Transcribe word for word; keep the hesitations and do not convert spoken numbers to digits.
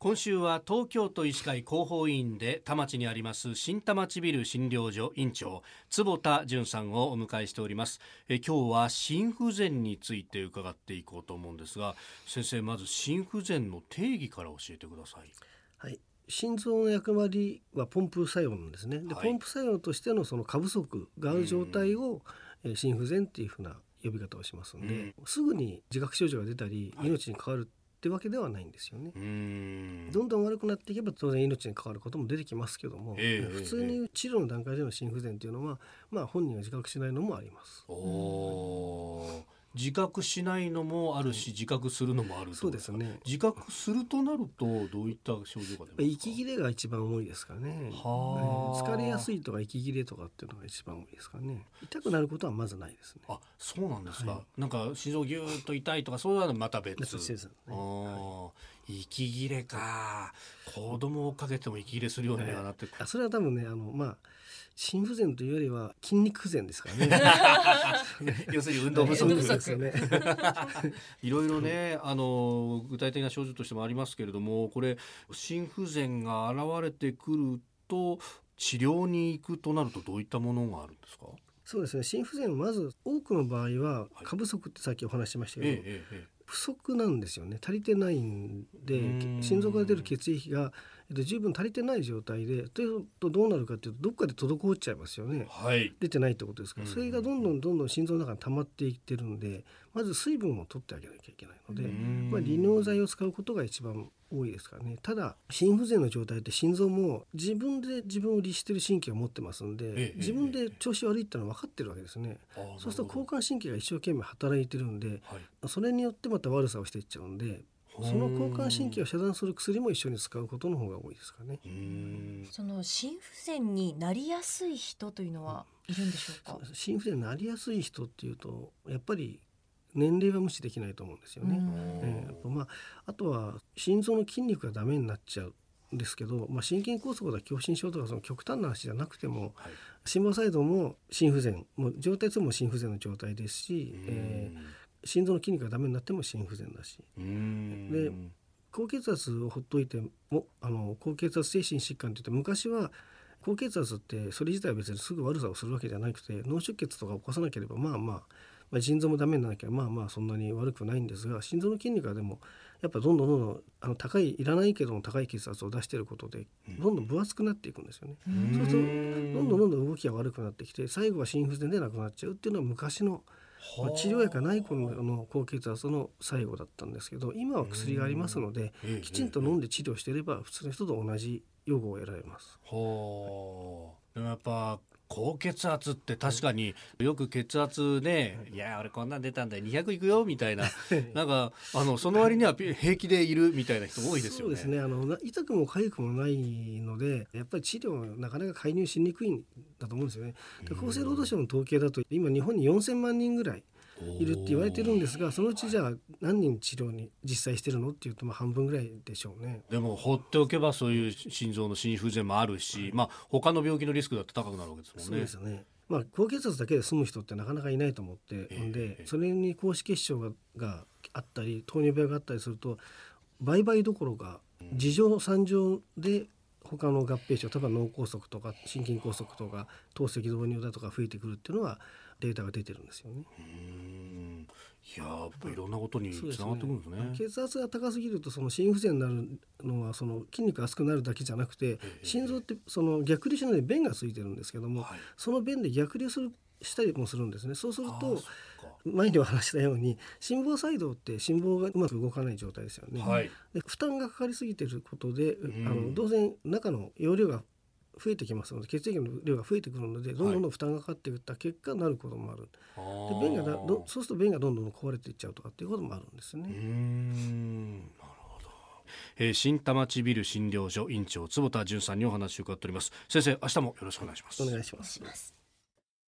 今週は東京都医師会広報委員で田町にあります新田町ビル診療所院長坪田純さんをお迎えしております。え今日は心不全について伺っていこうと思うんですが、先生、まず心不全の定義から教えてください。 はい、心臓の役割はポンプ作用なんですね。で、 はい、 ポンプ作用としてのその過不足がある状態を、えー心不全っていうふうな呼び方をしますので、うん、すぐに自覚症状が出たり、はい、命に関わるってわけではないんですよね。うーんどんどん悪くなっていけば当然命に関わることも出てきますけども、えー、普通に治療の段階での心不全というのは、まあ、本人が自覚しないのもあります。 おー自覚しないのもあるし、自覚するのもあると。 そうですね。 自覚するとなるとどういった症状が出ますか？ 息切れが一番多いですかね。は疲れやすいとか息切れとかっていうのが一番多いですかね。痛くなることはまずないですね。 あ、そうなんですか。 はい、 なんか心臓ギューッと痛いとかそういうのはまた別。 別ですね。はい、 息切れか。子供をかけても息切れするようにはなってくる、 はい、それは多分ね、あのまあ心不全というよりは筋肉不全ですからね。 要するに運動不足ですよね。 いろいろね、あの具体的な症状としてもありますけれども、これ心不全が現れてくると治療に行くとなるとどういったものがあるんですか？ そうですね、心不全はまず多くの場合は過不足ってさっきお話ししましたけど、はい、ええええ、不足なんですよね。足りてないんで、心臓から出る血液が、えっと、十分足りてない状態でというとどうなるかというとどっかで滞っちゃいますよね。はい、出てないってことですから、それがどんどんどんどん心臓の中に溜まっていってるんで、まず水分を取ってあげなきゃいけないので、まあ、利尿剤を使うことが一番多いですからね。ただ心不全の状態って心臓も自分で自分を律している神経を持ってますんで、ええ、自分で調子悪いってのは分かってるわけですね。ええ、そうすると交感神経が一生懸命働いてるんで、はい、それによってまた悪さをしていっちゃうんで、その交感神経を遮断する薬も一緒に使うことの方が多いですかね。 うーんその心不全になりやすい人というのはいるんでしょうか？ うん、心不全になりやすい人っていうとやっぱり年齢は無視できないと思うんですよね。えーまあ、あとは心臓の筋肉がダメになっちゃうんですけど、まあ、心筋梗塞とか狭心症とかその極端な話じゃなくても、はい、心房細動も心不全もう状態とも心不全の状態ですし、えー、心臓の筋肉がダメになっても心不全だし、で高血圧をほっといてもあの高血圧性心疾患といって昔は高血圧ってそれ自体は別にすぐ悪さをするわけじゃなくて脳出血とか起こさなければまあまあまあ、腎臓もダメにならなきゃまあまあそんなに悪くないんですが、心臓の筋肉はでもやっぱどんどんどんどんあの高いいらないけども高い血圧を出していることでどんどん分厚くなっていくんですよね。そうするとどんどんどんどん動きが悪くなってきて最後は心不全でなくなっちゃうっていうのは昔の、まあ、治療薬がない頃の高血圧の最後だったんですけど、今は薬がありますのできちんと飲んで治療していれば普通の人と同じ予後を得られます。 ほーでもやっぱ高血圧って確かによく血圧ね、いや俺こんなん出たんだよにひゃくいくよみたいななんかあのその割には平気でいるみたいな人多いですよね。 そうですね、あの痛くも痒くもないのでやっぱり治療なかなか介入しにくいんだと思うんですよね。で厚生労働省の統計だと今日本によんせんまんにんぐらいいるって言われてるんですが、そのうちじゃあ何人治療に実際してるのっていうとまあ半分ぐらいでしょうね。 でも放っておけばそういう心臓の心不全もあるし、はい、まあ他の病気のリスクだって高くなるわけですもんね。 そうですね、まあ、高血圧だけで済む人ってなかなかいないと思ってるんで、えー、それに高脂血症が、があったり糖尿病があったりすると倍々どころか二乗三乗で他の合併症、例えば脳梗塞とか心筋梗塞とか透析導入だとか増えてくるっていうのはデータが出てるんですよね。 うーんいややっぱいろんなことにつながってくるんですね。 そうですね、血圧が高すぎるとその心不全になるのはその筋肉が厚くなるだけじゃなくて、心臓ってその逆流しないで弁がついてるんですけども、はい、その弁で逆流するしたりもするんですね。そうすると前にお話したように心房細動って心房がうまく動かない状態ですよね。はい、で負担がかかりすぎていることで、あの当然中の容量が増えてきますので血液の量が増えてくるのでどんどんどん負担がかかっていった結果になることもある。はい、で便がだどそうすると便がどんどん壊れていっちゃうとかっていうこともあるんですね。 うーんなるほど。えー、新田町ビル診療所院長坪田純さんにお話を伺っております。先生、明日もよろしくお願いします。 お願いします。